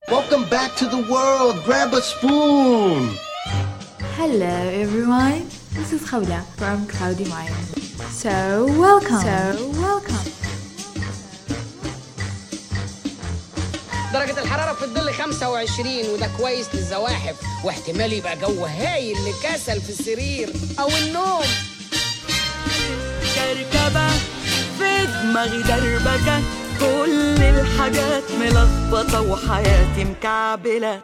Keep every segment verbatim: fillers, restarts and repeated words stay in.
Welcome back to the world. Grab a spoon. Hello everyone. This is Khawla from Cloudy Mind. So welcome. So welcome. درجة الحرارة في الظل خمسة وعشرين وده كويس للزواحف، واحتمال يبقى جو هايل لكسل في السرير أو النوم. كركبة في دماغي دربكة، كل الحاجات ملخبطة وحياتي مكعبلة.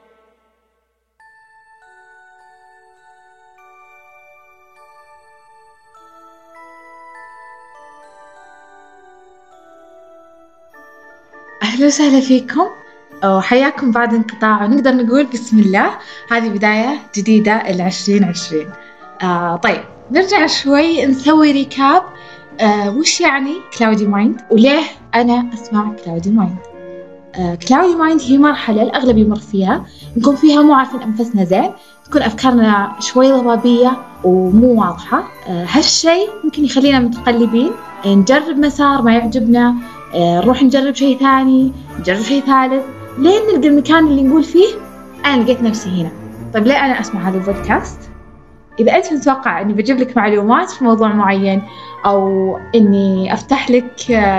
أهلا وسهلا فيكم وحياكم بعد انقطاع، ونقدر نقول بسم الله هذه بداية جديدة العشرين عشرين. آه طيب نرجع شوي نسوي ريكاب. آه وش يعني كلاودي مايند وليه أنا أسمع كلاودي مايند؟ آه كلاودي مايند هي مرحلة الأغلب يمر فيها نكون فيها مو عارفين أنفسنا زين، تكون أفكارنا شوي ضبابية ومو واضحة. آه هالشي ممكن يخلينا متقلبين، نجرب مسار ما يعجبنا، نروح نجرب شيء ثاني، نجرب شيء ثالث، لين نلقى المكان اللي نقول فيه أنا لقيت نفسي هنا. طيب ليه أنا أسمع هذا البودكاست؟ إذا أنت متوقع أني بجيب لك معلومات في موضوع معين أو أني أفتح لك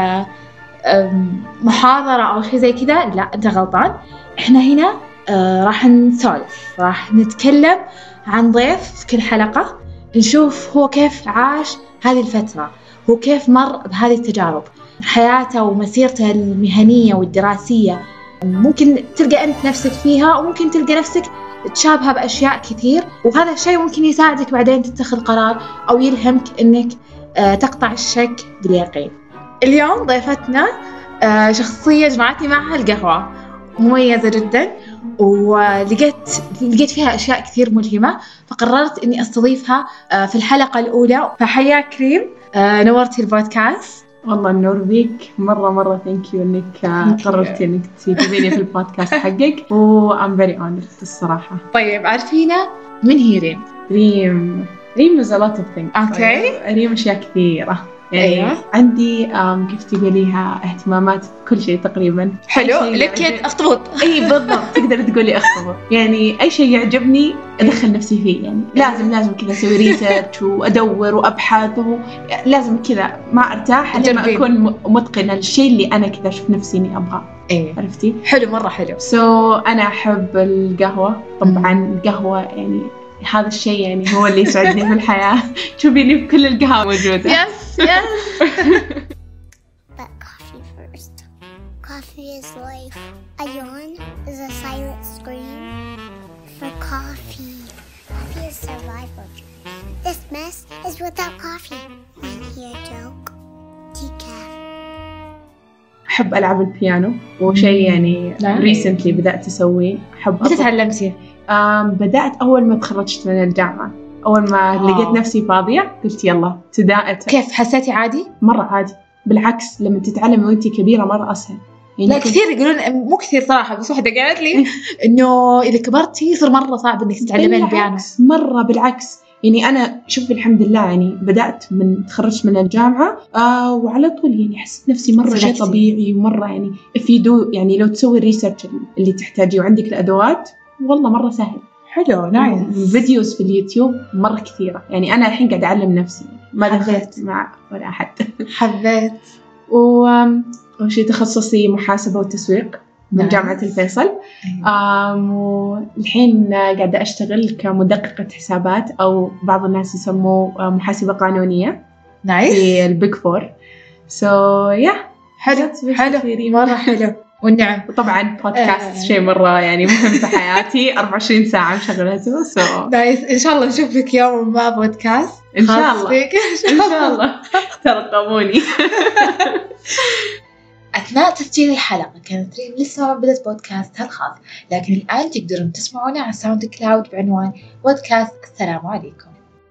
محاضرة أو شيء زي كذا، لا أنت غلطان. إحنا هنا راح نسولف، راح نتكلم عن ضيف في كل حلقة، نشوف هو كيف عاش هذه الفترة، هو كيف مر بهذه التجارب، حياته ومسيرته المهنية والدراسية. ممكن تلقى أنت نفسك فيها وممكن تلقى نفسك تشابهها بأشياء كثير، وهذا الشيء ممكن يساعدك بعدين تتخذ قرار أو يلهمك أنك تقطع الشك باليقين. اليوم ضيفتنا شخصية جمعتني معها القهوة، مميزة جدا ولقيت لقيت فيها أشياء كثير ملهمة، فقررت أني أستضيفها في الحلقة الأولى. فحياك كريم، نورتي البودكاست. والله النور بيك مرة مرة ثانك يو إنك قررتي إنك تجيبيني في البودكاست حقك، و I'm very honored الصراحة. طيب عارفينا من هي ريم؟ ريم ريم is a lot of things. أوكي. ريم أشياء كثيرة يعني. أيوة. عندي كيف تقوليها اهتمامات في كل شيء تقريبا. حلو لك أخطبط. أي بالضبط تقدر تقولي أخطبط. يعني أي شيء يعجبني أدخل نفسي فيه، يعني لازم لازم كذا أسوي ريسيرش وأدور وأبحث، لازم كذا ما أرتاح لما أكون متقنة الشيء اللي أنا كذا أشوف نفسي إني أبغاه. أيه. عرفتي؟ حلو مرة حلو. سو so, أنا أحب القهوة طبعا. القهوة يعني هذا الشيء يعني هو اللي يسعدني في الحياة. تشوفيني في كل القهوة موجودة. Yes, yes. But coffee first. Coffee is life. A yawn is a silent scream for coffee. Coffee is survival. This mess is without coffee. When hear a joke, decaf. أحب ألعب البيانو، وشيء يعني recently بدأت أسويه. أحب. متى تعلمتي؟ بدأت أول ما تخرجت من الجامعة، أول ما أوه. لقيت نفسي فاضية قلت يلا ابتدأت. كيف حسيتي؟ عادي؟ مرة عادي، بالعكس لما تتعلمي وأنتي كبيرة مرة أسهل. يعني لا كثير يقولون، مو كثير صراحة، بس واحدة قالت لي إنه إذا كبرتي يصير مرة صعب إنك تتعلمين البيانو. مرة بالعكس. يعني أنا شوف الحمد لله يعني بدأت من تخرجت من الجامعة آه وعلى طول يعني حسيت نفسي مرة شيء طبيعي، ومرة يعني إفيدو يعني لو تسوي الريسيرش اللي تحتاجيه وعندك الأدوات والله مرة سهل. حلو نايس. فيديوز في اليوتيوب مرة كثيرة. يعني أنا الحين قاعد أعلم نفسي، ما دخلت مع ولا أحد. حبيت. وشي تخصصي محاسبة وتسويق من جامعة الفيصل. والحين قاعدة أشتغل كمدققة حسابات، أو بعض الناس يسموه محاسبة قانونية نايس في البيج فور. سو يا حلو حلو مرة حلو. والنعم. وطبعا بودكاست شيء مرة يعني مهم في حياتي، أربعة وعشرين ساعة مشغلته. سو نايس. إن شاء الله نشوفك يوم ما بودكاست. إن شاء الله. إن شاء الله. ترقبوني. أثناء تسجيل الحلقة كانت ريم لسه ما بدأت بودكاستها الخاص، لكن الآن تقدرون تسمعونا على ساوند كلاود بعنوان بودكاست السلام عليكم.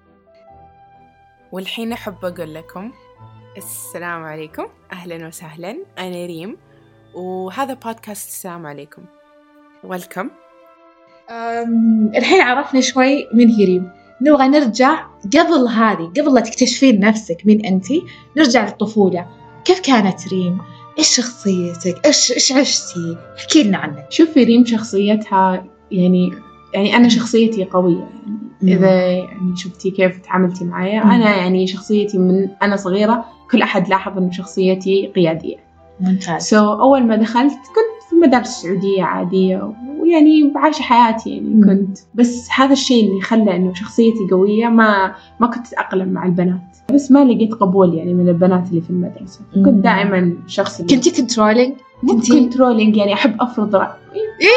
والحين أحب أقول لكم السلام عليكم، أهلا وسهلا، أنا ريم وهذا بودكاست السلام عليكم. ويلكم. الحين عرفنا شوي من هي ريم، نبغى نرجع قبل هذه، قبل لا تكتشفين نفسك من أنتي، نرجع للطفولة. كيف كانت ريم؟ إيش شخصيتك؟ إيش إيش عشتي؟ احكي لنا عنك. شوفي ريم شخصيتها يعني يعني أنا شخصيتي قوية يعني إذا يعني شفتي كيف تعاملتي معايا. أنا يعني شخصيتي من أنا صغيرة كل أحد لاحظ إنه شخصيتي قيادية. ممتاز. so أول ما دخلت كنت في المدارس السعودية عادية ويعني بعيش حياتي يعني م. كنت بس هذا الشيء اللي خلى إنه شخصيتي قوية ما ما كنت أتأقلم مع البنات بس ما لقيت قبول يعني من البنات اللي في المدرسة. كنت دائما شخص اللي كنتي كنترولينج كنت كنترولينج يعني أحب أفرض رأيي. إيه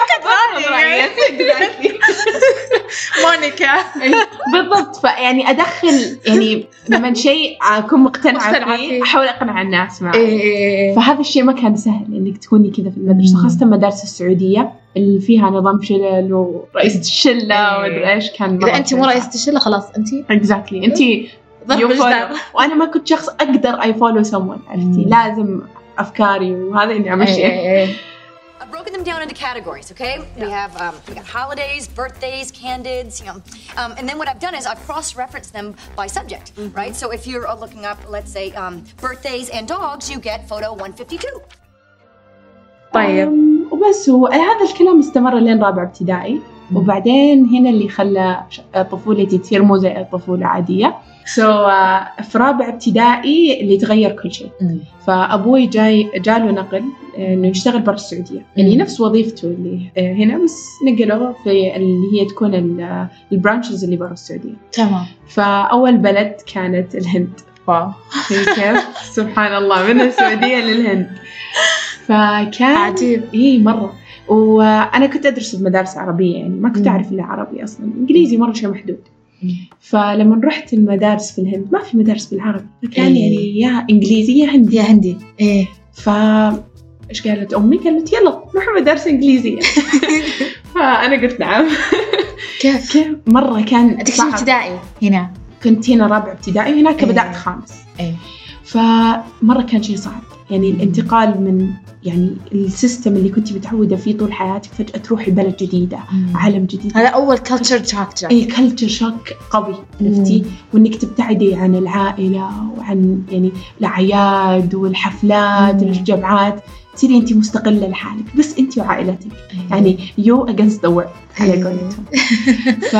كنترولينج مونيكا بالضبط. فيعني أدخل يعني لما شيء أكون مقتنعة فيه أحاول أقنع الناس معه. إيه. فهذا الشيء ما كان سهل إنك تكوني كذا في المدرسة خاصة المدارس السعودية اللي فيها نظام شلل ورئيسة الشلة ومدري إيش. كان إذا أنت مو رئيسة الشلة خلاص أنت exactly أنت وأنا ما كنت شخص أقدر I follow someone عرفتي لازم أفكاري وهذا إني أمشي. I've broken them down into categories, okay? Yeah. We have um, we got holidays, birthdays, candids, you know, um, and then what I've done is I've cross-referenced them by subject, mm-hmm. right? So if you're looking up, let's say, um, birthdays and dogs, you get photo one fifty-two. طيب. وبس هذا الكلام استمر لين رابع ابتدائي وبعدين هنا اللي خلى طفولتي تصير مو زي الطفولة عادية. سو so, uh, في رابع ابتدائي اللي تغير كل شيء. فأبوي جاي جاله نقل إنه يشتغل برا السعودية يعني نفس وظيفته اللي هنا بس نقله في اللي هي تكون البرانشز اللي برا السعودية. تمام. فأول بلد كانت الهند. واو. كيف سبحان الله من السعودية للهند. فكان عجيب. إيه مرة. وأنا كنت أدرس في مدارس عربية يعني ما كنت أعرف إلا عربي أصلاً إنجليزي مرة شيء محدود. فلما رحت المدارس في الهند ما في مدارس بالعربي فكان إيه. يعني يا إنجليزي يا هندي يا هندي إيه. فإيش قالت أمي قالت يلا نروح مدارس إنجليزية. فأنا قلت نعم. كيف كيف مرة كان أنت كنت ابتدائي هنا كنت هنا رابع ابتدائي وهناك إيه. بدأت خامس إيه. فمرة كان شيء صعب يعني الانتقال من يعني السيستم اللي كنت متعودة فيه طول حياتك فجأة تروحي بلد جديدة مم. عالم جديد. هذا أول كلتشر شوك. إيه كلتشر شوك قوي عرفتي وإنك تبتعدي عن العائلة وعن يعني الأعياد والحفلات والجمعات تصيري أنت مستقلة لحالك بس أنت وعائلتك مم. يعني you against the world على قولتهم. ف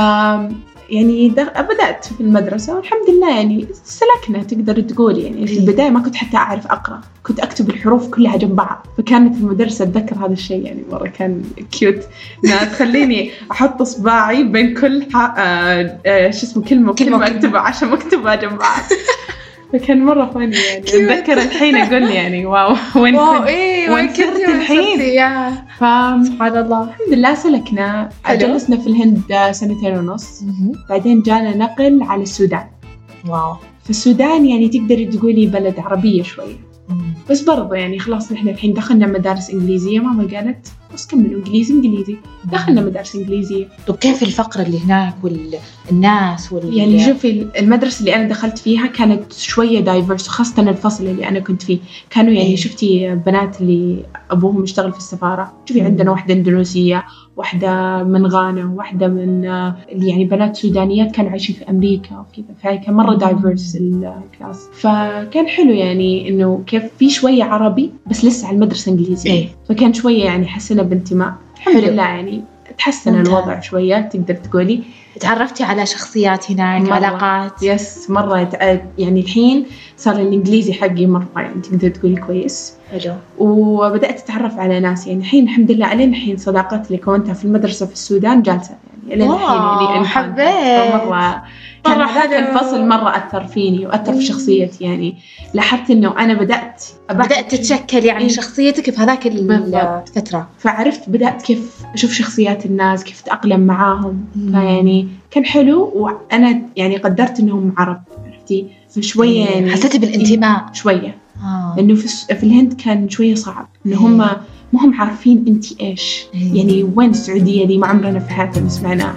يعني بدأت في المدرسة والحمد لله يعني سلكنا تقدر تقول يعني في البداية ما كنت حتى أعرف أقرأ كنت أكتب الحروف كلها جنب بعض فكانت المدرسة أتذكر هذا الشيء يعني مرة كان كيوت إنها تخليني أحط إصبعي بين كل ح... آه آه شو اسمه كلمة كلمة أكتبها عشان أكتبها جنب بعض. فكان مرة فاني يعني أتذكر الحين أقول يعني واو وين واو إيه وين كنت الحين ف... سبحان الله الحمد لله سلكنا جلسنا في الهند سنتين ونص بعدين جانا نقل على السودان. واو. في السودان يعني تقدري تقولي بلد عربية شوية بس برضه يعني خلاص نحن الحين دخلنا مدارس إنجليزية ماما قالت بس كملوا إنجليزي إنجليزي دخلنا مدارس إنجليزية. طب كيف الفقرة اللي هناك والناس وال يعني شوفي المدرسة اللي أنا دخلت فيها كانت شوية دايفرس خاصة الفصل اللي أنا كنت فيه كانوا يعني شفتي بنات اللي أبوهم يشتغل في السفارة شوفي عندنا واحدة إندونيسية واحدة من غانا واحدة من يعني بنات سودانيات كانوا عايشين في أمريكا وكذا فكان مرة دايفرس الكلاس فكان حلو يعني إنه كيف في شوية عربي بس لسه على المدرسة إنجليزية إيه؟ فكان شوية يعني حسنا بانتماء الحمد لله يعني تحسن ممتاز. الوضع شوية تقدر تقولي تعرفتي على شخصيات هناك علاقات يس مرة يعني الحين صار الإنجليزي حقي مرة يعني تقدر تقولي كويس حلو وبدأت أتعرف على ناس يعني الحين الحمد لله علينا الحين صداقات اللي كونتها في المدرسة في السودان جالسة يعني إلى الحين يعني حبيت مرة كان هذا الفصل مرة أثر فيني وأثر في شخصيتي يعني لاحظت إنه أنا بدأت بدأت تتشكل يعني إيه؟ شخصيتك في هذاك الفترة فعرفت بدأت كيف أشوف شخصيات الناس كيف أتأقلم معاهم فيعني كان حلو وأنا يعني قدرت إنهم عرب عرفتي فشوية يعني حسيتي بالانتماء شوية آه. لأنه في, في الهند كان شوية صعب إنه هم ما هم عارفين أنتي إيش يعني وين السعودية دي ما عمرنا في حياتنا سمعناها.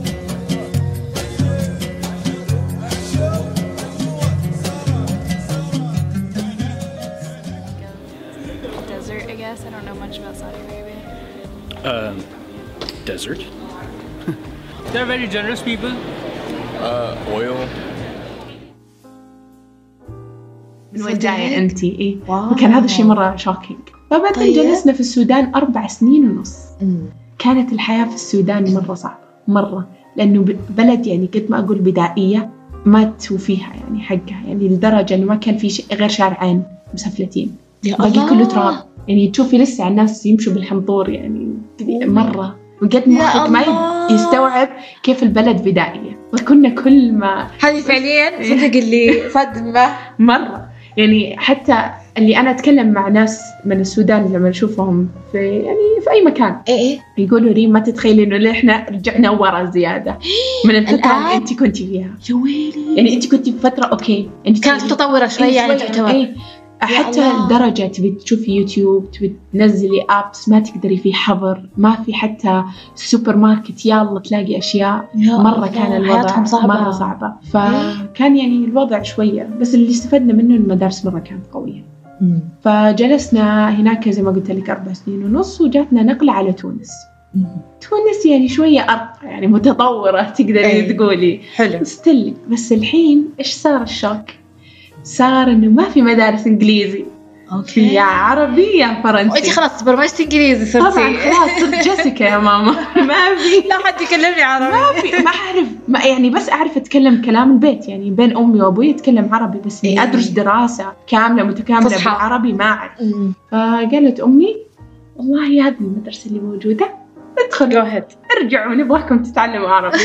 I don't know much about Saudi Arabia. Um, desert. They're very generous people. Uh, oil. من وين جاية أنتِ؟ إيه وكان هذا الشيء مرة شوكينج. فبعدين طيب. جلسنا في السودان أربع سنين ونص. مم. كانت الحياة في السودان مرة صعبة مرة، لأنه بلد يعني قد ما أقول بدائية ما توفيها يعني حقها، يعني لدرجة إنه ما كان في شيء غير شارعين مسفلتين باقي كله تراب، يعني تشوفي لسه الناس يمشوا بالحنطور يعني مرة وقد مخك ما يستوعب كيف البلد بدائية. وكنا كل ما هذه فعليا صدق اللي صدمة مرة، يعني حتى اللي أنا أتكلم مع ناس من السودان لما نشوفهم في يعني في أي مكان إيه إيه يقولوا ريم ما تتخيلي إنه إحنا رجعنا ورا زيادة من الفترة اللي أنت كنتي فيها. يا ويلي، يعني أنت كنتي بفترة أوكي أنت كانت متطورة شوية يعني تعتبر إيه. حتى الدرجة تبي تشوفي يوتيوب، تبي تنزلي أبس ما تقدري في حظر، ما في حتى سوبر ماركت يلا تلاقي أشياء. مرة كان الوضع صعبة. مرة صعبة، فكان يعني الوضع شوية، بس اللي استفدنا منه المدارس مرة كانت قوية. مم. فجلسنا هناك زي ما قلت لك أربع سنين ونص، وجاتنا نقلة على تونس. مم. تونس يعني شوية أرقى يعني متطورة تقدري أيه. تقولي حلو ستيل. بس الحين إيش صار الشوك؟ صار إنه ما في مدارس إنجليزي، أوكي. يا عربي يا فرنسي. وأنتي خلاص برمجت إنجليزي صرتي. طبعا خلاص صرت جيسيكا يا ماما. ما في لا حد يكلمني عربي. ما في ما أعرف ما يعني بس أعرف أتكلم كلام البيت يعني بين أمي وأبوي أتكلم عربي، بس إني أدرس دراسة كاملة متكاملة فصحى. بالعربي ما أعرف. فقالت أمي والله هذه المدرسة اللي موجودة ادخلوا ارجعوا نبغاكم تتعلموا عربي.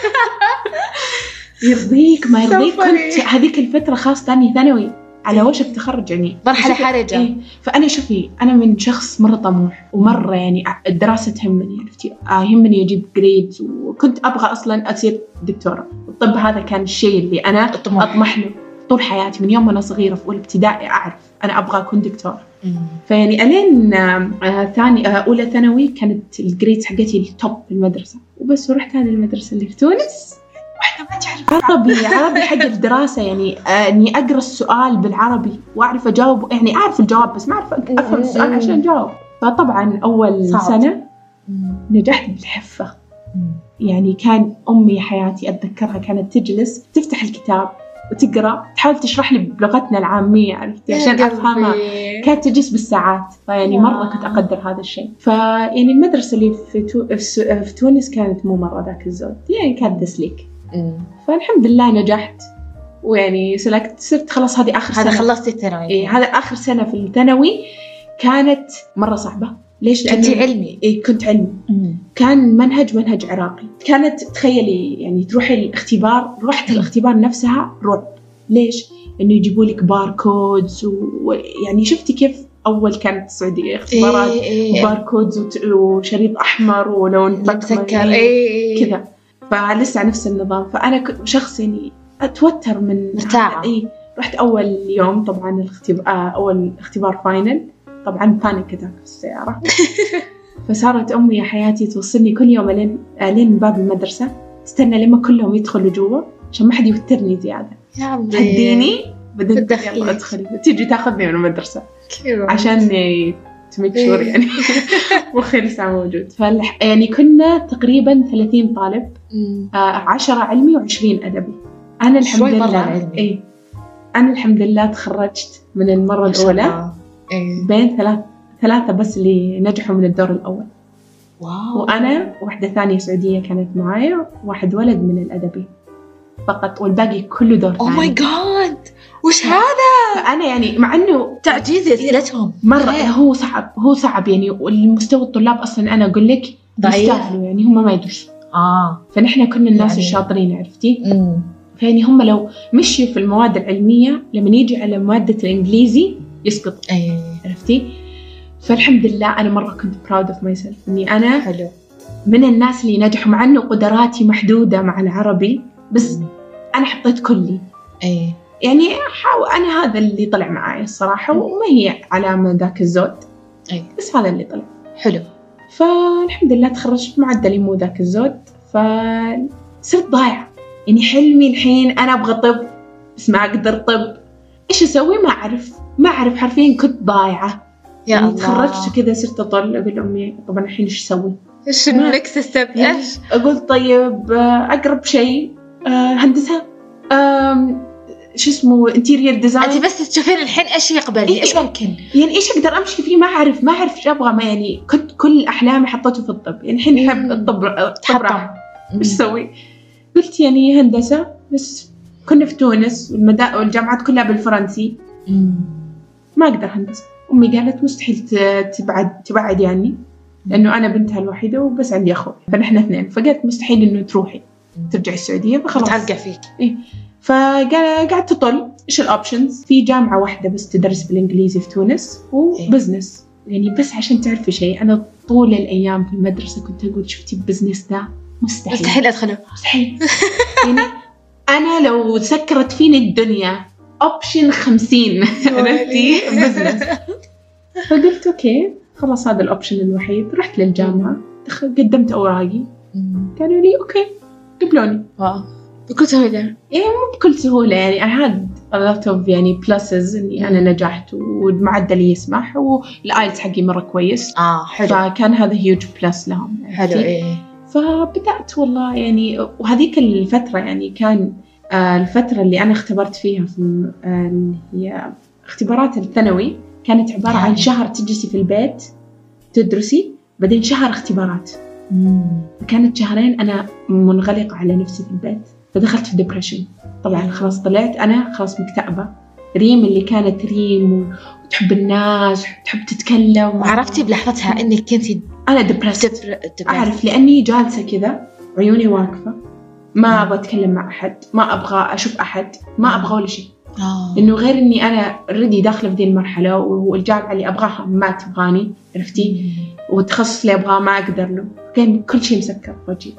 يرضيك ما يرضيك. كنت هذيك الفترة خاصة تاني ثانوي على وشك تخرج يعني مرحلة حرجة. إيه؟ فأنا شوفي أنا من شخص مرة طموح ومرة يعني الدراسة تهمني، عرفتي يهمني أجيب جريدز، وكنت أبغى أصلاً أصير دكتورة. الطب هذا كان الشيء اللي أنا أطمح له طول حياتي من يوم أنا صغيرة في أولى ابتدائي أعرف أنا أبغى أكون دكتورة. فيعني ألين آه ثاني آه أولى ثانوي كانت الجريدز حقتي التوب في المدرسة وبس، ورحت هذه المدرسة اللي في تونس. واحدة ما تعرف عربي عربي حق الدراسة يعني آه إني أقرأ السؤال بالعربي وأعرف أجاوب، يعني أعرف الجواب بس ما أعرف أفهم السؤال عشان أجاوب. فطبعا أول صعب. سنة نجحت بالحفة. يعني كان أمي حياتي أتذكرها كانت تجلس تفتح الكتاب وتقرأ تحاول تشرح لي بلغتنا العامية عرفتي عشان أفهمها. كانت تجلس بالساعات، فيعني مرة كنت أقدر هذا الشيء. فيعني المدرسة اللي في, تو... في تونس كانت مو مرة ذاك الزود، يعني كانت تسليك. فالحمد لله نجحت ويعني سلكت صرت خلاص هذه آخر سنة. هذا خلصتي الثانوي. إيه هذا آخر سنة في الثانوي. كانت مرة صعبة. ليش؟ كنت علمي. إيه كنت علمي. مم. كان منهج منهج عراقي. كانت تخيلي يعني تروحي الاختبار، رحت الاختبار نفسها رعب. ليش؟ إنه يجيبوا لك باركودز ويعني شفتي كيف أول كانت السعودية اختبارات إيه إيه باركودز وت... وشريط أحمر ولون مسكر إيه كذا. فلسه نفس النظام. فأنا شخص يعني أتوتر من مرتاعة. إيه رحت أول يوم طبعا الاختبار أول اختبار فاينل، طبعاً بانيك كذا في السيارة. فصارت أمي يا حياتي توصلني كل يوم لين لين باب المدرسة، استنى لما كلهم يدخلوا جوا عشان ما حد يوترني زيادة. تهديني بدل يلا أدخلي تيجي تأخذني من المدرسة عشان تميك شور يعني مخي لسه موجود. فالح يعني كنا تقريباً ثلاثين طالب، آه عشرة علمي وعشرين أدبي. أنا الحمد لله إيه أنا الحمد لله تخرجت من المرة الأولى. إيه. بين ثلاث ثلاثة بس اللي نجحوا من الدور الأول. واو. وأنا واحدة ثانية سعودية كانت معايا، واحد ولد من الأدبي فقط، والباقي كله دور ثاني. أوه ماي جاد وش هذا؟ فأنا يعني مع إنه تعجيز أسئلتهم مرة إيه. هو صعب هو صعب يعني، والمستوى الطلاب أصلاً أنا أقول لك يستاهلوا يعني هم ما يدرسوا. آه. فنحن كنا الناس يعني الشاطرين عرفتي. مم. فيعني هم لو مشيوا في المواد العلمية لما يجي على مادة الإنجليزي يسقط. أيه. عرفتي؟ فالحمد لله أنا مرة كنت proud of myself إني أنا حلو. من الناس اللي نجحوا، مع إنه قدراتي محدودة مع العربي بس مم. أنا حطيت كلي. أيه. يعني حاول أنا هذا اللي طلع معي الصراحة، وما هي علامة ذاك الزود. أيه. بس هذا اللي طلع حلو. فالحمد لله تخرجت معدلي مو ذاك الزود، فصرت ضايعة يعني. حلمي الحين أنا أبغى طب بس ما أقدر طب، إيش أسوي ما أعرف ما أعرف حرفيا. كنت ضايعة يا يعني الله. تخرجت كذا صرت أطل أقول أمي طبعا الحين إيش أسوي؟ إيش النكست ستيب؟ إيش أقول طيب أقرب شيء هندسة، شو اسمه انتيرير ديزاين. انت بس تشوفين الحين ايش يقبلني، ايش ممكن يعني ايش اقدر امشي فيه، ما اعرف ما اعرف ايش ابغى، ما يعني كنت كل احلامي حطيته في الطب، يعني الحين احب الطب الطب ايش اسوي؟ قلت يعني هندسه، بس كنا في تونس والمدا والجامعات كلها بالفرنسي. مم. ما اقدر هندسه. امي قالت مستحيل تبعد تبعد يعني، لانه انا بنتها الوحيده وبس عندي اخوي، فنحن اثنين، فقالت مستحيل انه تروحي ترجعي السعوديه، فخلاص تعلقه فيك. إيه. فقعدت تطل ايش الاوبشنز. في جامعه واحده بس تدرس بالانجليزي في تونس وبزنس. يعني بس عشان تعرفي شيء، انا طول الايام في المدرسه كنت اقول شفتي البزنس ده مستحيل مستحيل ادخله، مستحيل. يعني انا لو سكرت فيني الدنيا اوبشن خمسين عرفتي بزنس. فقلت اوكي خلاص هذا الاوبشن الوحيد. رحت للجامعه، قدمت اوراقي، قالوا لي اوكي قبلوني. واو بكل سهوله. إيه مو بكل سهوله، يعني I had a lot of يعني pluses إني أنا نجحت ومعدلي يسمح والآيلتس حقي مرة كويس. آه حلو. فكان هذا huge plus لهم. حلو إيه. فبدأت والله يعني، وهذيك الفترة يعني كان آه الفترة اللي أنا اختبرت فيها في آه هي اختبارات الثانوي، كانت عبارة عن شهر تجلسي في البيت تدرسي، بعدين شهر اختبارات. مم. كانت شهرين أنا منغلقة على نفسي في البيت، فدخلت في ديبريشن. طبعا خلاص طلعت أنا خلاص مكتئبة. ريم اللي كانت ريم وتحب الناس وتحب تتكلم، عرفتي بلحظتها إنك كنتي أنا ديبريست. أعرف لأني جالسة كذا عيوني واقفة، ما أبغى أتكلم مع أحد، ما أبغى أشوف أحد، ما أبغى ولا شيء. آه. إنه غير إني أنا ردي داخلة في ذي المرحلة، والجامعة اللي أبغاها ما تبغاني عرفتي، والتخصص اللي أبغاه ما أقدر له، كان كل شيء مسكر وجهي.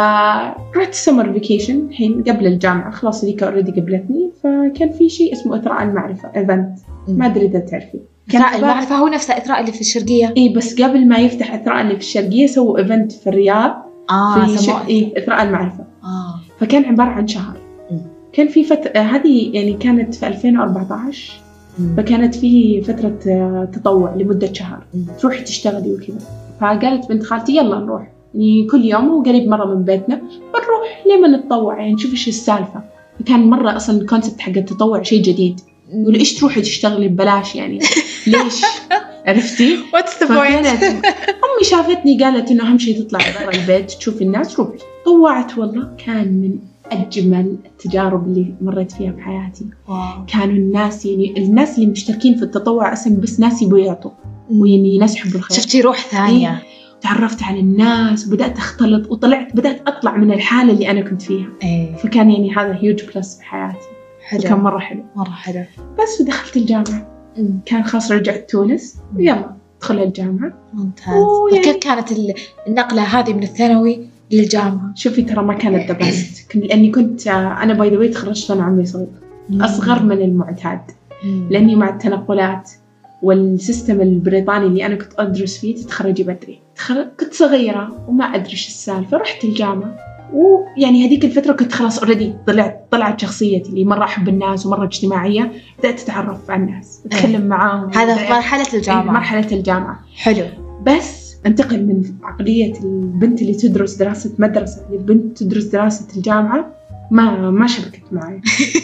فرحت سمر فيكيشن الحين قبل الجامعة، خلاص ذيك أوريدي قبلتني. فكان في شيء اسمه إثراء المعرفة إيفنت، ما أدري إذا تعرفي. إثراء المعرفة هو نفس إثراء اللي في الشرقية. إيه بس قبل ما يفتح إثراء اللي في الشرقية سووا إيفنت في الرياض. آه في ش... إيه إثراء المعرفة. آه. فكان عبارة عن شهر. م. كان في فترة هذه يعني كانت في ألفين وأربعة عشر. م. فكانت في فترة تطوع لمدة شهر، م. تروحي تشتغلي وكذا. فقالت بنت خالتي يلا نروح، يعني كل يوم وقريب مرة من بيتنا، بنروح ليه ما نتطوع يعني نشوف إيش السالفة. فكان مرة أصلاً الكونسبت حق التطوع شيء جديد، يقول إيش تروحي تشتغلي ببلاش يعني ليش عرفتي؟ What's the point؟ أمي شافتني قالت إنه أهم شيء تطلع برا البيت تشوف الناس، روحي. طوعت والله، كان من أجمل التجارب اللي مريت فيها بحياتي. واو. كانوا الناس يعني الناس اللي مشتركين في التطوع أصلاً بس ناس يبوا يعطوا، ويعني ناس يحبوا الخير. شفتي روح ثانية. إيه؟ تعرفت على الناس وبدأت أختلط، وطلعت بدأت أطلع من الحالة اللي أنا كنت فيها. إيه. فكان يعني هذا هيوج بلس بحياتي. حلو. وكان مرة حلو مرة حلو. بس ودخلت الجامعة. م. كان خلاص رجعت تونس، يلا دخل الجامعة. ممتاز. كيف كانت النقلة هذه من الثانوي للجامعة؟ شوفي ترى ما كانت ذا بيست، لأني كنت أنا باي ذا واي تخرجت وأنا عمري صغير، أصغر من المعتاد. م. لأني مع التنقلات والسيستم البريطاني اللي أنا كنت أدرس فيه تتخرجي بدري. كنت صغيرة وما أدري إيش السالفة، رحت الجامعة ويعني هذيك الفترة كنت خلاص أوريدي طلعت طلعت شخصيتي اللي مرة أحب الناس ومرة اجتماعية، بدأت أتعرف على الناس أتكلم أيه. معاهم. هذا في مرحلة الجامعة. مرحلة الجامعة حلو. بس انتقل من عقلية البنت اللي تدرس دراسة مدرسة للبنت تدرس دراسة الجامعة، ما ما شبكت معي.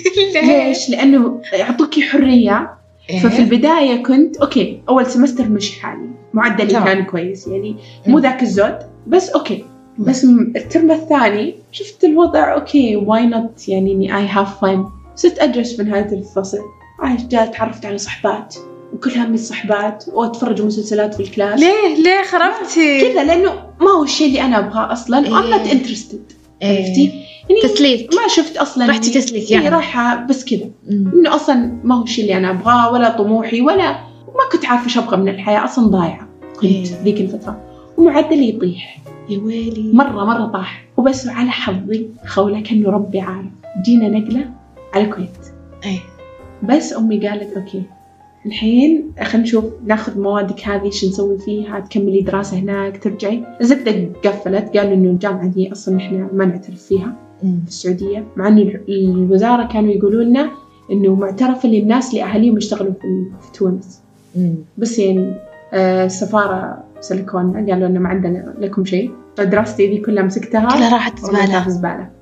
ليش؟ لأنه يعطوكي حرية. إيه؟ ففي البداية كنت أوكي، أول سمستر مشي حالي، معدلي طبعا. كان كويس يعني مو ذاك الزود بس أوكي. بس الترم الثاني شفت الوضع أوكي واي نوت، يعني إني I have fun. صرت أجلس في نهاية الفصل، عايش جال تعرفت على صحبات وكلها من الصحبات وأتفرج مسلسلات في الكلاس. ليه ليه خربتي كذا؟ لأنه ما هو الشيء اللي أنا أبغاه أصلاً. إيه. I'm not interested. إيه. عرفتي؟ يعني تسليك. ما شفت أصلاً. رحتي تسليك يعني. رايحة بس كذا. إنه أصلاً ما هو الشيء اللي أنا أبغاه ولا طموحي ولا ما كنت عارفة إيش أبغى من الحياة أصلاً، ضايعة كنت. إيه. ذيك الفترة ومعدلي يطيح يا ويلي، مرة مرة طاح. وبس على حظي خولة كأنه ربي عارف جينا نقلة على الكويت. أي. بس أمي قالت أوكي الحين خلينا نشوف ناخذ موادك هذه إيش نسوي فيها، تكملي دراسة هناك ترجعي. الزبدة قفلت، قالوا إنه الجامعة دي أصلا إحنا ما نعترف فيها م. في السعودية، مع إنه الوزارة كانوا يقولوا لنا إنه معترفة للناس اللي أهاليهم يشتغلوا في, في تونس. م. بس يعني آه السفارة سلكونا قالوا إنه ما عندنا لكم شيء. فدراستي دي كلها مسكتها كلها راحت زبالة. زبالة.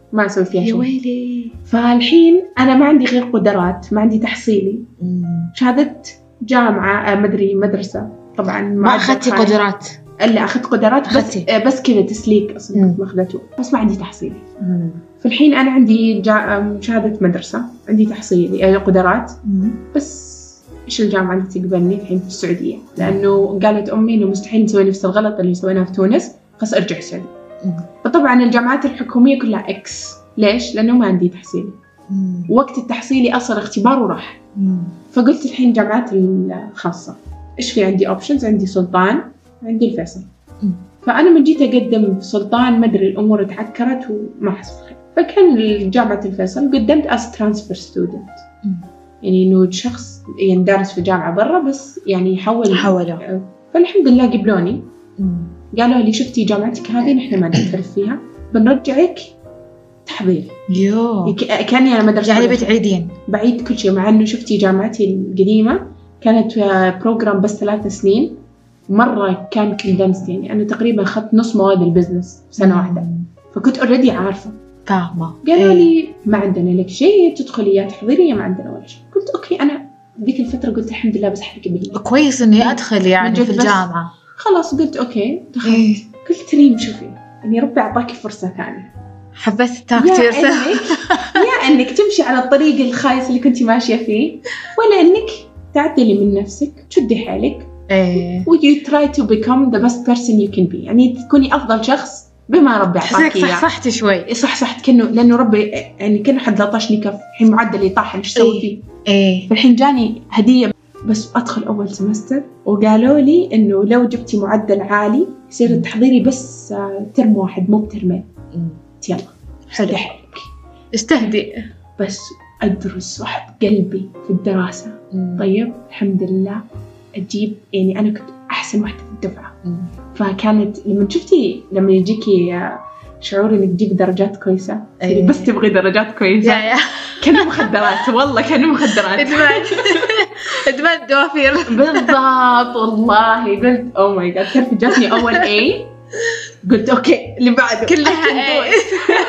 ما أسوي فيها يا شيء. ويلي. فالحين أنا ما عندي غير قدرات، ما عندي تحصيلي. شهادة جامعة مدري مدرسة طبعا ما أخذتي قدرات؟ إلا أخذت قدرات بس بس كذا تسليك أصلا كنت ماخذته، بس ما عندي تحصيلي. مم. فالحين أنا عندي جا... شهادة مدرسة، عندي تحصيلي قدرات. مم. بس إيش الجامعة اللي تقبلني الحين في السعودية؟ لأنه قالت أمي إنه مستحيل نسوي نفس الغلط اللي سويناه في تونس، خلاص أرجع السعودية. فطبعا الجامعات الحكومية كلها إكس. ليش؟ لأنه ما عندي تحصيلي. مم. وقت التحصيلي أصلا اختبار وراح. مم. فقلت الحين جامعات الخاصة إيش في عندي أوبشنز؟ عندي سلطان، عندي الفيصل. مم. فأنا من جيت أقدم في سلطان مدري الأمور تعكرت وما حصل خير، فكان جامعة الفيصل قدمت as transfer student. مم. يعني إنه شخص يعني دارس في جامعة برا بس يعني يحول حوله. فالحمد لله قبلوني. مم. قالوا لي شفتي جامعتك هذه نحن ما نعترف فيها، بنرجعك تحضيري. يو. كأني أنا مدرسة يعني بتعيدين. بعيد كل شيء، مع إنه شفتي جامعتي القديمة كانت بروجرام بس ثلاث سنين، مرة كان كندنس، يعني أنا تقريبا أخذت نص مواد البزنس في سنة واحدة، فكنت أوريدي عارفة فاهمة. قالوا لي ما عندنا لك شيء، تدخلي يا تحضيرية ما عندنا ولا شيء. قلت أوكي. أنا ذيك الفترة قلت الحمد لله بس حركة بي كويس إني أدخل يعني في الجامعة. خلاص قلت أوكي دخلت. إيه. قلت ريم شوفي إني ربي أعطاكي فرصة ثانية. حبيت التاكتير يا إنك يا إنك تمشي على الطريق الخايس اللي كنتي ماشية فيه، ولا إنك تعدلي من نفسك تشدي حالك. إيه. و you try to become the best person you can be، يعني تكوني أفضل شخص بما ربي أعطاكي. صح صحت شوي. صح صحت كأنه لأنه ربي يعني كأنه حد لطشني كف، الحين معدلي طاح إيش سوي فيه. إيه. فالحين جاني هدية بس أدخل أول سمستر، وقالوا لي إنه لو جبتي معدل عالي يصير التحضيري بس ترم واحد مو بترمين. يلا حلو استهدي بس أدرس وأحب قلبي في الدراسة. مم. طيب الحمد لله أجيب، يعني أنا كنت أحسن واحدة في الدفعة. مم. فكانت لما شفتي لما يجيكي شعور إنك تجيب درجات كويسة. أيه. بس تبغي درجات كويسة. يا يا. كانوا مخدرات والله كانوا مخدرات. إدمان إدمان دوافير بالضبط والله. قلت أو ماي جاد كيف جاتني أول A، قلت أوكي اللي بعده كلها A.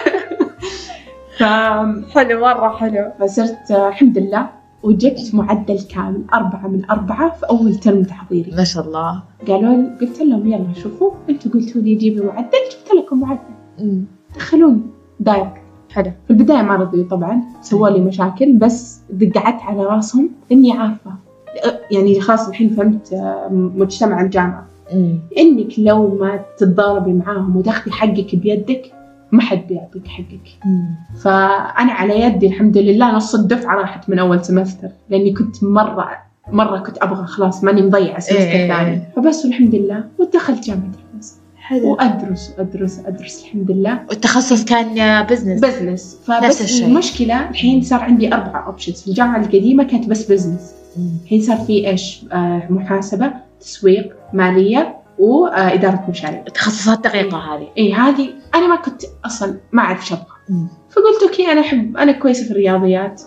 ف حلو مرة حلو. فصرت الحمد لله وجبت معدل كامل أربعة من أربعة في أول ترم تحضيري. ما شاء الله. قالوا لي قلت لهم يلا شوفوا أنتوا قلتوا لي جيبي معدل، جبت لكم معدل. دخلوني دايركت. حلو. في البداية ما رضيوا طبعا، سووا لي مشاكل، بس قعدت على راسهم إني عارفة يعني خلاص الحين فهمت مجتمع الجامعة. مم. إنك لو ما تتضاربي معاهم وتاخدي حقك بيدك ما حد بيعطيك حقك. مم. فأنا على يدي الحمد لله نص الدفعة راحت من أول سمستر، لأني كنت مرة مرة كنت أبغى خلاص ماني مضيعة سمستر ثاني. إيه. فبس الحمد لله ودخلت جامعة الفيصل. حلو. وأدرس أدرس أدرس الحمد لله. والتخصص كان بزنس. بزنس. فبس المشكلة الحين صار عندي أربعة أوبشنز. في الجامعة القديمة كانت بس بزنس، الحين صار في إيش آه محاسبة، تسويق، مالية، وإدارة مشاريع. تخصصات دقيقة هذه. إيه هذه أنا ما كنت أصلاً ما أعرف شو أبغى. فقلت أوكي أنا أحب أنا كويسة في الرياضيات،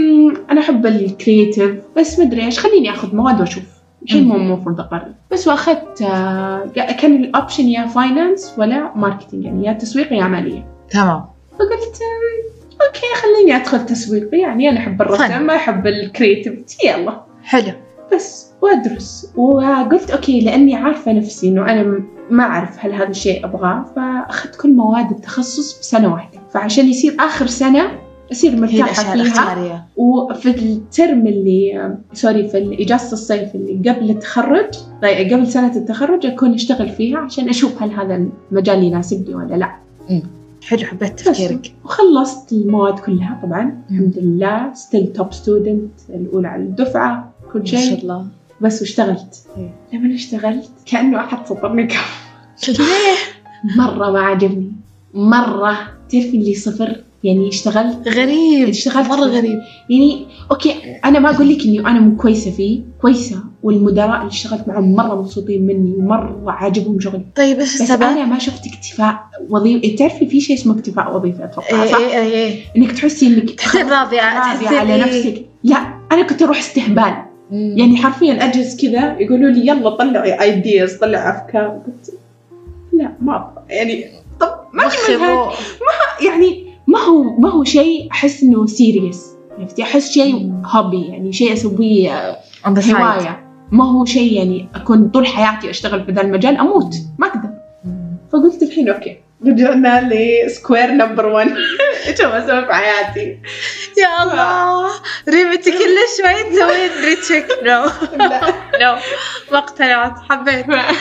أنا أحب الكرياتيف، بس مدري إيش خليني أخذ مواد وأشوف. الحين مو المفروض أقرر. بس وأخذت آه كان الأوبشن يا فاينانس ولا ماركتينج، يعني يا تسويق يا مالية. تمام. فقلت آه أوكي خليني أدخل تسويق، يعني أنا أحب الرسم ما أحب الكرياتيف، يلا. حلو. بس وأدرس وقلت أوكي لأني عارفة نفسي إنه أنا ما أعرف هل هذا الشيء أبغاه، فأخذت كل مواد التخصص بسنة واحدة، فعشان يصير آخر سنة أصير مرتاحة فيها. وفي الترم اللي سوري في إجازة الصيف اللي قبل التخرج قبل سنة التخرج أكون أشتغل فيها عشان أشوف هل هذا المجال يناسبني ولا لا. مم. حلو حبيت تفكيرك. وخلصت المواد كلها طبعا. مم. الحمد لله still top student الأولى على الدفعة كل شيء. ما شاء الله. بس واشتغلت. إيه. لما اشتغلت كأنه أحد سطرني كف. ليه؟ مرة ما عجبني مرة. تعرف اللي صفر يعني اشتغلت غريب. اشتغلت مرة غريب يعني أوكي أنا ما أقول لك إني أنا مو كويسة فيه، كويسة، والمدراء اللي اشتغلت معهم مرة مبسوطين مني ومرة عاجبهم شغلي. طيب بس السبب أنا ما شفت اكتفاء وظيفي. تعرفي في شيء اسمه اكتفاء وظيفي أتوقع صح؟ إيه إيه إيه. إنك تحسي إنك تحسي راضية على إيه؟ نفسك. لا أنا كنت أروح استهبال. مم. يعني حرفيا أجلس كذا يقولوا لي يلا طلعي ايدياز طلع أفكار. قلت لا ما أبغى يعني. طب ما ما يعني ما هو ما هو شيء أحس إنه سيريس، عرفتي؟ أحس شيء هوبي، يعني شيء أسويه هواية، ما هو شيء يعني أكون طول حياتي أشتغل في ذا المجال أموت ما أقدر. فقلت الحين أوكي رجعنا لسكوير نمبر وان. إيش أسوي في حياتي؟ يا الله ريمتي كل شوي تسوين ريتشيك. نو نو ما اقتنعت حبيت.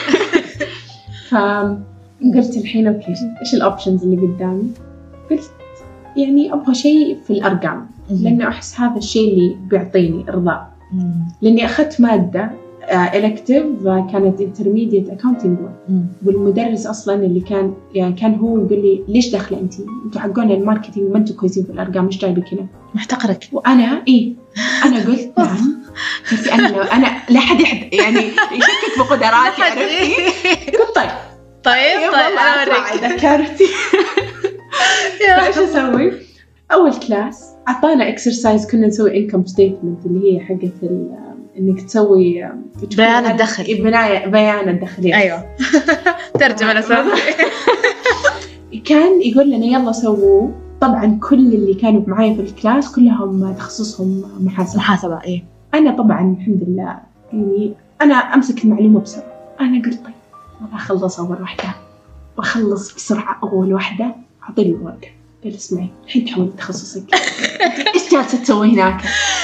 فقلت الحين أوكي إيش الأوبشنز اللي قدامي؟ قلت يعني أبغى شيء في الأرقام، لأنه أحس هذا الشيء اللي بيعطيني إرضاء. لأني أخذت مادة إلكتيف كانت intermediate accounting، والمدرس أصلاً اللي كان يعني كان هو يقول لي ليش داخلة أنتي؟ أنتوا حقون الماركتينج ما أنتوا كويسين في الأرقام، إيش جايبك هنا؟ محتقرك. وأنا إيه أنا قلت نعم، بس أنا لو أنا لا حد يحد يعني يشكك بقدراتي، عرفتي؟ قلت طيب طيب طيب أنا أوريك ذكرتي. إيش أسوي؟ أول كلاس أعطانا إكسرسايز كنا نسوي income statement اللي هي حقة إنك تسوي بيان الدخل، بناء بيان الدخل. أيوة ترجمة لسان. كان يقول لنا يلا سووا. طبعا كل اللي كانوا معايا في الكلاس كلهم تخصصهم محاسبة. محاسبة إيه. أنا طبعا الحمد لله يعني أنا أمسك المعلومة بسرعة. أنا قلت طيب أنا أخلص أول واحدة وأخلص بسرعة أول واحدة. أعطيني الورقة قال اسمعي الحين تحول تخصصك. إيش جالسة تسوي هناك؟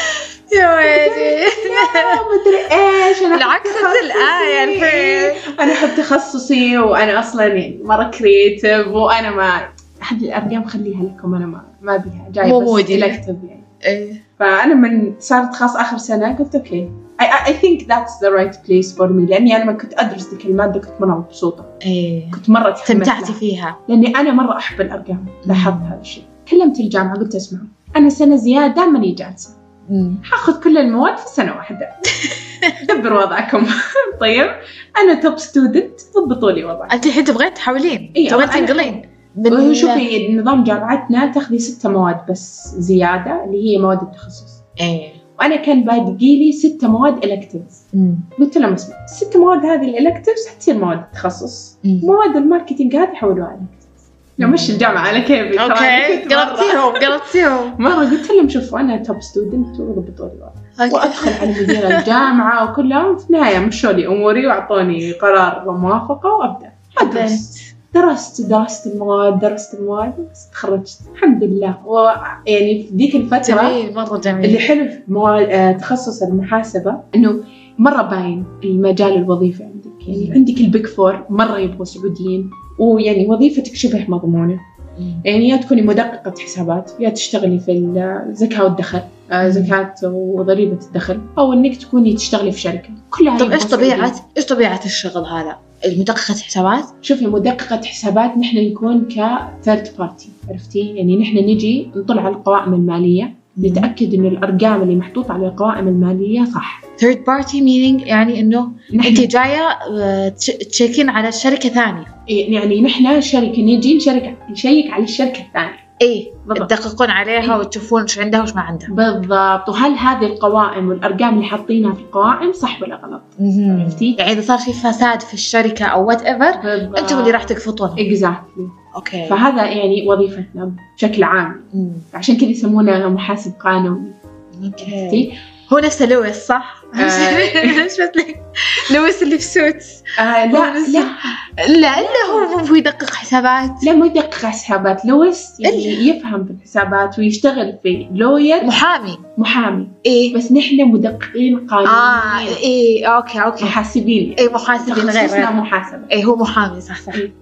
يا ويلي ما أدري إيش. أنا العكس الآية الحين. أنا أحب تخصصي وأنا أصلاً يعني مرة كرياتيف، وأنا ما أحد الأرقام خليها لكم، أنا ما ما بيها جاي بس إلكتيف يعني. إيه. فأنا من صارت خاص آخر سنة قلت أوكي I I think that's the right place for me، لأني أنا ما كنت أدرس ذيك المادة كنت مرة مبسوطة. إيه. كنت مرة استمتعتي فيها لأني أنا مرة أحب الأرقام. لاحظت هذا الشيء. كلمت الجامعة قلت اسمعوا أنا سنة زيادة ماني جالسة، هاخذ كل المواد في سنة واحدة. دبر وضعكم. طيب أنا توب ستودنت ضبطوا لي وضعي. أنت الحين تبغين تحاولين إيه تبغين تنقلين من... شوفي نظام جامعتنا تاخذي ستة مواد بس زيادة اللي هي مواد التخصص. إيه. وأنا كان باقي لي ستة مواد إلكتيفز. قلت لهم اسمع الست مواد هذه الإلكتيفز حتصير مواد التخصص، مواد الماركتينج هذه حولوها إلكتيفز. لو مش الجامعة على كيفي. أوكي قلبتيهم قلبتيهم مرة. قلت لهم شوفوا أنا توب ستودنت وضبطوا لي وضعي. وأدخل على مدير الجامعة وكلهم في النهاية مشوا لي أموري وأعطوني قرار موافقة وأبدأ أدرس. درست درست المواد درست المواد بس تخرجت الحمد لله. ويعني في ذيك الفترة جميل مرة جميل. اللي حلو في مواد تخصص المحاسبة إنه مرة باين المجال الوظيفي عندك، يعني عندك البيك فور مرة يبغوا سعوديين، ويعني وظيفتك شبه مضمونة. يعني يا تكوني مدققة حسابات، يا تشتغلي في الزكاة والدخل، زكاة وضريبة الدخل، أو إنك تكوني تشتغلي في شركة. كلها. طب إيش طبيعة إيش طبيعة الشغل هذا؟ المدققة حسابات؟ شوفي مدققة حسابات نحن نكون كثيرد بارتي، عرفتي؟ يعني نحن نجي نطلع على القوائم المالية، نتأكد إنه الأرقام اللي محطوطة على القوائم المالية صح. third party meaning يعني إنه أنت جاية تشيكين على الشركة ثانية. يعني نحن شركة نجي نشارك نشيك على الشركة الثانية. إيه تدققون عليها. إيه؟ وتشوفون إيش عندها وإيش ما عندها. بالضبط. وهل هذه القوائم والأرقام اللي حاطينها في القوائم صح ولا غلط؟ عرفتي؟ يعني إذا صار في فساد في الشركة أو whatever أنتم اللي راح تكفطونها. exactly. أوكي. فهذا يعني وظيفتنا بشكل عام. مم. عشان كذا يسمونه محاسب قانوني. أوكي. هو نفس لويس صح؟ ايش بتلي لويس اللي في سوتس. آه لا لا لا لا هو مو يدقق حسابات. لا مو يدقق حسابات. لويس يعني يفهم في الحسابات ويشتغل في لوير محامي محامي. إيه بس نحن مدققين قانونيين. آه إيه أوكي أوكي محاسبين. إيه محاسبين غير تخصصنا محاسبة. إيه هو محامي صح صح. إيه.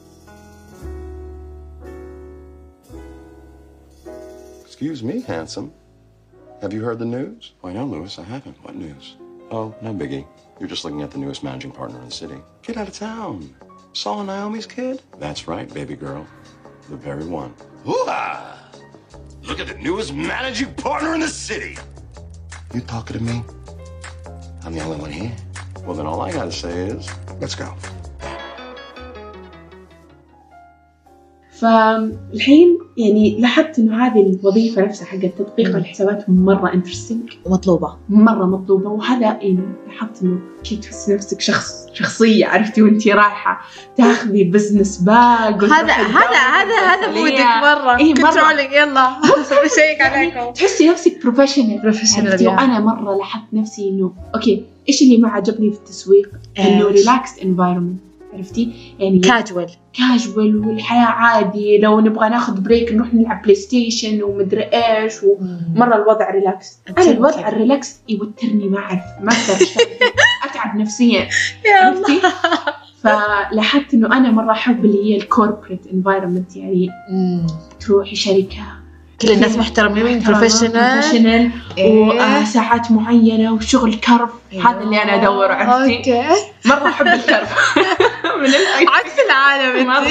Excuse me, handsome. Have you heard the news? Why no, Louis, I haven't. What news? Oh, no biggie. You're just looking at the newest managing partner in the city. Get out of town. Saw Naomi's kid? That's right, baby girl. The very one. Ooh-ah! Look at the newest managing partner in the city. You talking to me? I'm the only one here. Well, then all I gotta say is, let's go. فالحين يعني لاحظت إنه هذه الوظيفة نفسها حق تدقيق الحسابات مرة انترستينج ومطلوبة مرة مطلوبة. وهذا يعني لاحظت إنه كيف تحس نفسك شخص شخصية عرفتي وأنتي رايحة تاخذي بزنس باج. هذا هذا هذا هذا مودك مرة إيه كنترولينج يلا سوي شيك عليكم تحسي نفسك بروفيشنال بروفيشنال. وأنا مرة لاحظت نفسي إنه أوكي إيش اللي ما عجبني في التسويق إنه ريلاكس انفايرمنت عرفتي يعني كاجوال كاجوال والحياة عادي. لو نبغى ناخذ بريك نروح نلعب بلاي ستيشن ومدري إيش ومرة الوضع ريلاكس. أنا الوضع الريلاكس يوترني ما أعرف ما أقدر أتعب نفسيا عرفتي. فلاحظت إنه أنا مرة أحب اللي هي الكوربريت انفايرمنت يعني تروحي شركة كل الناس محترمين بروفيشنال وساعات معينة وشغل كرف. هذا اللي أنا أدور عرفتي. أوكي. مرة أحب الكرف من عكس العالم مرة.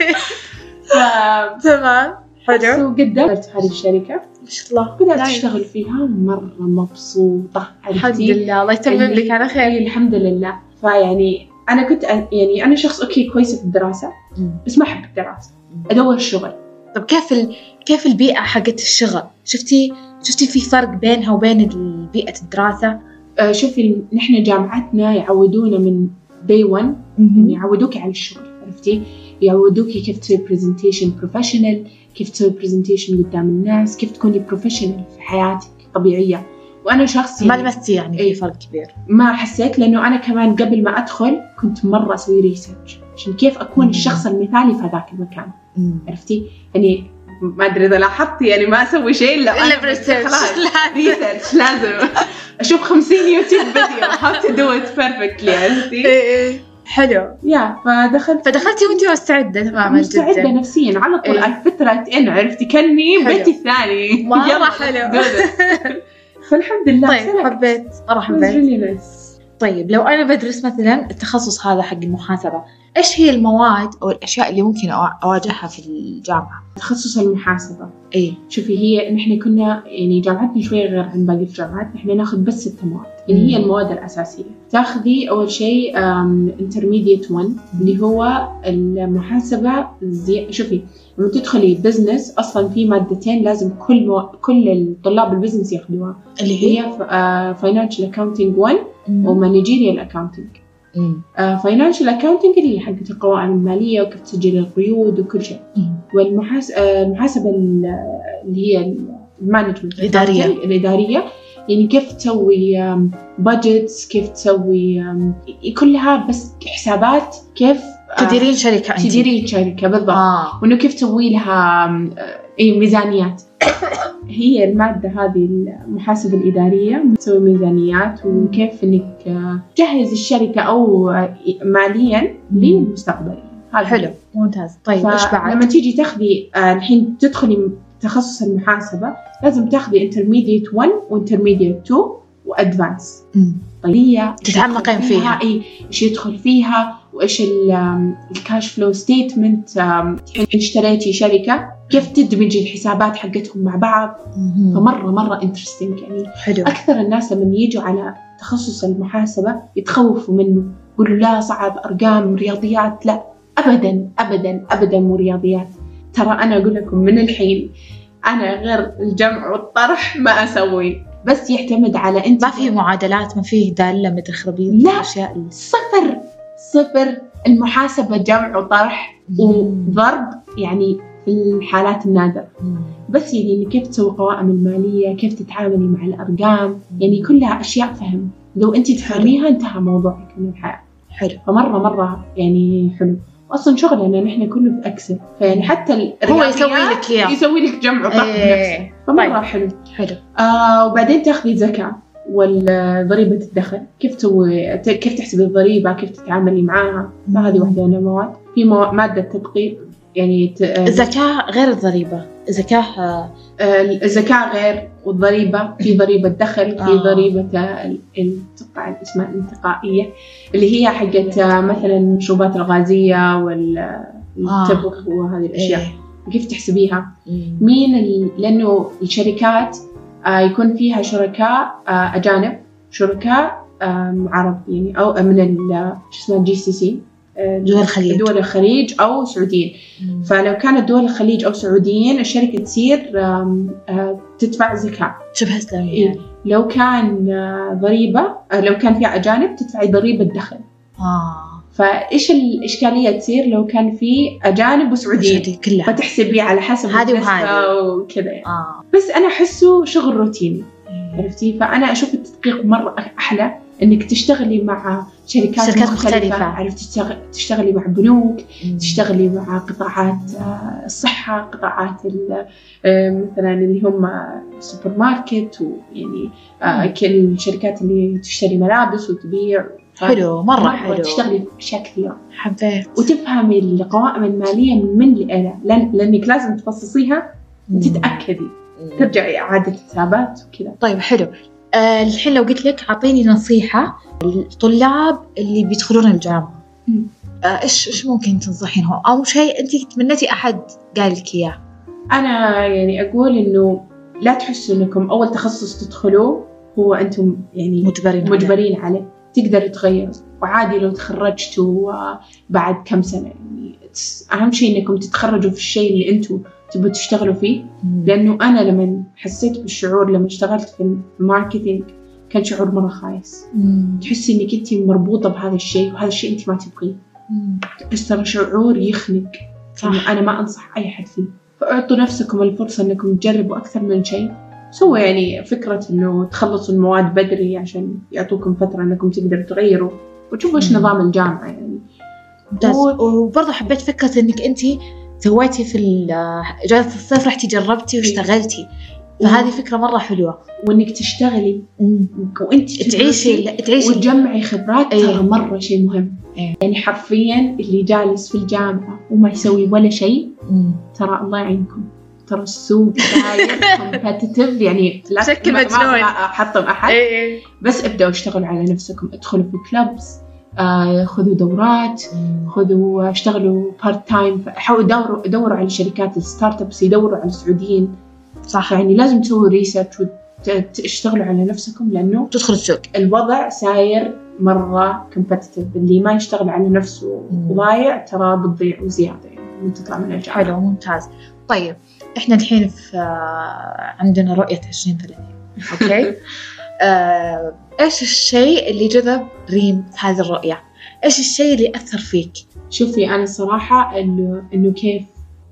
تمام حلو. وقدمت هذه الشركة ما شاء الله بدأت أشتغل فيها مرة مبسوطة الحمد لله. الله يتمم لك على خير. الحمد لله. فيعني أنا كنت يعني أنا شخص أوكي كويسة في الدراسة بس ما أحب الدراسة أدور الشغل. طب كيف ال... كيف البيئة حقت الشغل؟ شفتي شفتي في فرق بينها وبين بيئة الدراسة؟ آه شوفي نحن جامعتنا يعودونا من day one يعني يعودوك على الشغل عرفتي. يعودوكي كيف تسوي presentation professional كيف تسوي presentation قدام الناس كيف تكوني professional في حياتك طبيعية. وأنا شخص ما لمستي يعني في فرق كبير. ما حسيت لأنه أنا كمان قبل ما أدخل كنت مرة أسوي ريسيرش عشان كيف أكون الشخص المثالي في ذاك المكان عرفتي. يعني ما أدري إذا لاحظتي يعني ما أسوي شيء إلا إلا بريسيرش. ريسيرش لازم أشوف خمسين يوتيوب فيديو how to do it perfectly عرفتي. إيه حلو. يا فدخلت فدخلتي وأنتي مستعدة تماما مستعدة جدا. نفسيا على طول إيه. فترة إن عرفتي كني بيتي الثاني مرة حلو. فالحمد لله. طيب حبيت مرة حبيت. طيب لو أنا بدرس مثلاً التخصص هذا حق المحاسبة إيش هي المواد أو الأشياء اللي ممكن أواجهها في الجامعة؟ تخصص المحاسبة إيه شوفي هي نحن كنا يعني جامعتنا شوي غير عن باقي الجامعات. نحن ناخذ بس ست مواد اللي هي المواد الأساسية. تاخذي أول شيء intermediate one اللي هو المحاسبة زي شوفي لما تدخلي بزنس أصلاً في مادتين لازم كل مو... كل الطلاب البزنس ياخذوها اللي هي financial accounting one و managerial accounting. financial accounting اللي هي حقت القوائم المالية وكيف تسجل القيود وكل شيء. والمحاسبة اللي هي المانجمنت الإدارية الإدارية يعني كيف تسوي budgets كيف تسوي كلها بس حسابات كيف تديرين شركة تديرين شركة بالضبط. آه. وإنه كيف تسوي لها أي ميزانيات. هي المادة هذه المحاسبة الإدارية تسوي ميزانيات وكيف إنك تجهز الشركة أو ماليا للمستقبل. هذا حلو ممتاز. طيب إيش بعد؟ لما تيجي تاخذي الحين تدخلي تخصص المحاسبة لازم تاخذي intermediate one و intermediate two و advanced. طيب هي تتعمقين فيها إيه إيش يدخل فيها وإيش الكاش فلو ستيتمنت. اشتريتي شركة كيف تدمج الحسابات حقتهم مع بعض. فمرة مرة انترستينج يعني حلو. أكثر الناس لما يجوا على تخصص المحاسبة يتخوفوا منه يقولوا لا صعب أرقام رياضيات. لا أبدا أبدا أبدا مو رياضيات. ترى أنا أقول لكم من الحين أنا غير الجمع والطرح ما أسوي بس يعتمد على أنت ما في معادلات ما فيه دالة مدري خرابيط. لا أشياء صفر صفر. المحاسبة جمع وطرح وضرب يعني في الحالات النادرة بس يعني كيف تسوي قوائم المالية كيف تتعاملي مع الأرقام يعني كلها أشياء فهم. لو أنت تفهميها انتهى موضوعك من الحياة. حلو. فمرة مرة يعني حلو. أصلاً شغلنا نحن كله في أكسل فيعني حتى هو يسوي لك إياه يسوي لك جمع وطرح إيه. بنفسه. فمرة طيب. حلو حلو. آه وبعدين تأخذي زكاة والضريبة الدخل كيف تسوي كيف تحسبي الضريبة كيف تتعاملي معاها. فهذه واحدة من المواد. في مادة تدقيق يعني ت... الزكاة غير الضريبة. الزكاة آه الزكاة غير والضريبة في ضريبة دخل في آه. ضريبة الانتقاء اسمها الانتقائية اللي هي حقت مثلا المشروبات الغازية والتبغ آه. وهذه الأشياء. إيه. كيف تحسبيها مم. مين ال... لأنه الشركات آه يكون فيها شركاء آه أجانب شركاء آه عرب يعني أو من ال شو اسمه جي سي سي دول الخليج دول الخليج أو سعوديين. مم. فلو كانت دول الخليج أو سعوديين الشركة تصير تدفع زكاة شبه إسلامية. يعني لو كان ضريبة لو كان فيها أجانب تدفعي ضريبة دخل. آه. فإيش الإشكالية تصير لو كان في أجانب وسعوديين كلها فتحسبي على حسب هذه وهذه وكذا. آه. بس أنا أحسه شغل روتيني. عرفتي؟ فأنا أشوف التدقيق مرة أحلى إنك تشتغلي مع شركات, شركات مختلفة, مختلفة. عرفتي تشتغلي مع بنوك، مم. تشتغلي مع قطاعات الصحة، قطاعات مثلا اللي هم سوبر ماركت، ويعني كل الشركات اللي تشتري ملابس وتبيع. حلو مرة, مرة حلو تشتغلي في أشياء كثيرة. حبيت. وتفهمي القوائم المالية من من لأنا لأن لأنك لازم تفصصيها وتتأكدي، ترجعي إعادة حسابات وكذا. طيب حلو. آه الحين لو قلت لك أعطيني نصيحة للطلاب اللي بيدخلون الجامعة، آه إيش إيش ممكن تنصحينهم أو شيء أنت تمنيتي أحد قال لك إياه؟ أنا يعني أقول إنه لا تحسوا إنكم أول تخصص تدخلوه هو أنتم يعني مجبرين مجبرين عليه, عليه. تقدر تغير، وعادي لو تخرجتوا بعد كم سنة. يعني أهم شيء إنكم تتخرجوا في الشيء اللي أنتم تبوا تشتغلوا فيه. مم. لأنه أنا لما حسيت بالشعور لما اشتغلت في الماركتينج كان شعور مرة خايس. مم. تحسي إنك أنت مربوطة بهذا الشيء وهذا الشيء أنت ما تبغيه. بس ترى شعور يخنق. أنا ما أنصح أي حد فيه. فأعطوا نفسكم الفرصة إنكم تجربوا أكثر من شيء. سووا يعني فكرة إنه تخلصوا المواد بدري عشان يعطوكم فترة إنكم تقدروا تغيروا وتشوفوا إيش نظام الجامعة يعني. و... وبرضه حبيت فكرة إنك أنت سويتي في إجازة الصيف رحتي جربتي واشتغلتي، فهذه فكرة مرة حلوة. وإنك تشتغلي وإنت تعيشي تعيشي وتجمعي خبرات. أيه. ترى مرة شيء مهم. أيه. يعني حرفيا اللي جالس في الجامعة وما يسوي ولا شيء ترى الله يعينكم. ترى السوق داير كومبتيتيف يعني لا شكل مجنون أحطم أحد. أيه. بس ابدأوا اشتغلوا على نفسكم، ادخلوا في كلابس، آه خذوا دورات، مم. خذوا اشتغلوا بارت تايم، حاولوا دوروا دوروا على شركات الستارت ابس يدوروا على السعوديين. صح. يعني لازم تسووا ريسيرش وتشتغلوا على نفسكم لأنه تدخل السوق الوضع ساير مرة كومبتيتيف. اللي ما يشتغل على نفسه وضايع ترى بتضيع وزيادة يعني من تطلع من الجامعة. حلو ممتاز. طيب إحنا الحين في عندنا رؤية عشرين ثلاثين. أوكي. آه، إيش الشيء اللي جذب ريم في هذه الرؤية؟ إيش الشيء اللي أثر فيك؟ شوفي أنا الصراحة إنه إنه كيف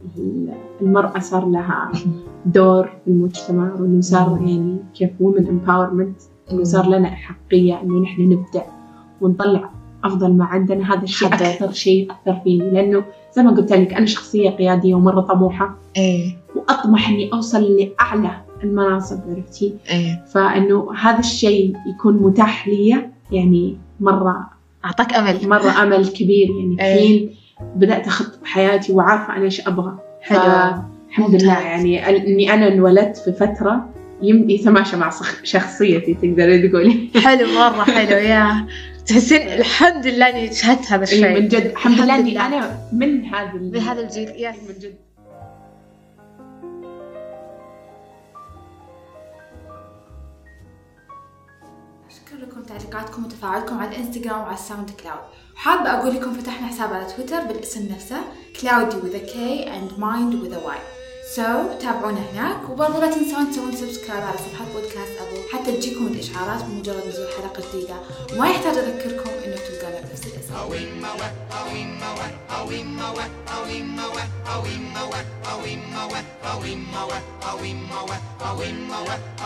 المرأة صار لها دور في المجتمع، وإنه صار يعني كيف women empowerment، إنه صار لنا حقية إنه نحن نبدع ونطلع أفضل ما عندنا. هذا الشيء أكثر شيء أثر فيني، لأنه زي ما قلت لك أنا شخصية قيادية ومرة طموحة. إيه. وأطمح إني أوصل لأعلى المناصب، عرفتي؟ إيه. فإنه هذا الشيء يكون متاح لي يعني مرة أعطاك أمل، مرة أمل كبير يعني. إيه. حين بدأت أخط حياتي وعارفة أنا إيش أبغى. حلو. الحمد لله يعني إني أنا انولدت في فترة يتماشى مع شخصيتي تقدري تقولي. حلو مرة حلو. يا تحسين الحمد لله إني شهدت هذا الشيء. من جد الحمد لله إني أنا من هذا من هذا الجيل. يس من جد. شكرا لكم تعليقاتكم وتفاعلكم على الانستغرام وعلى الساوند كلاود. حابة أقول لكم فتحنا حساب على تويتر بالاسم نفسه Cloudy with a K and Mind with a Y. So تابعونا هناك، وبرضه لا تنسون تسوون سبسكرايب على صفحة بودكاست أبو حتى تجيكم الإشعارات بمجرد نزول حلقة جديدة، وما يحتاج أذكركم إنه تلقونا بنفس الاسم.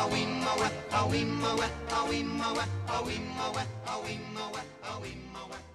Awimma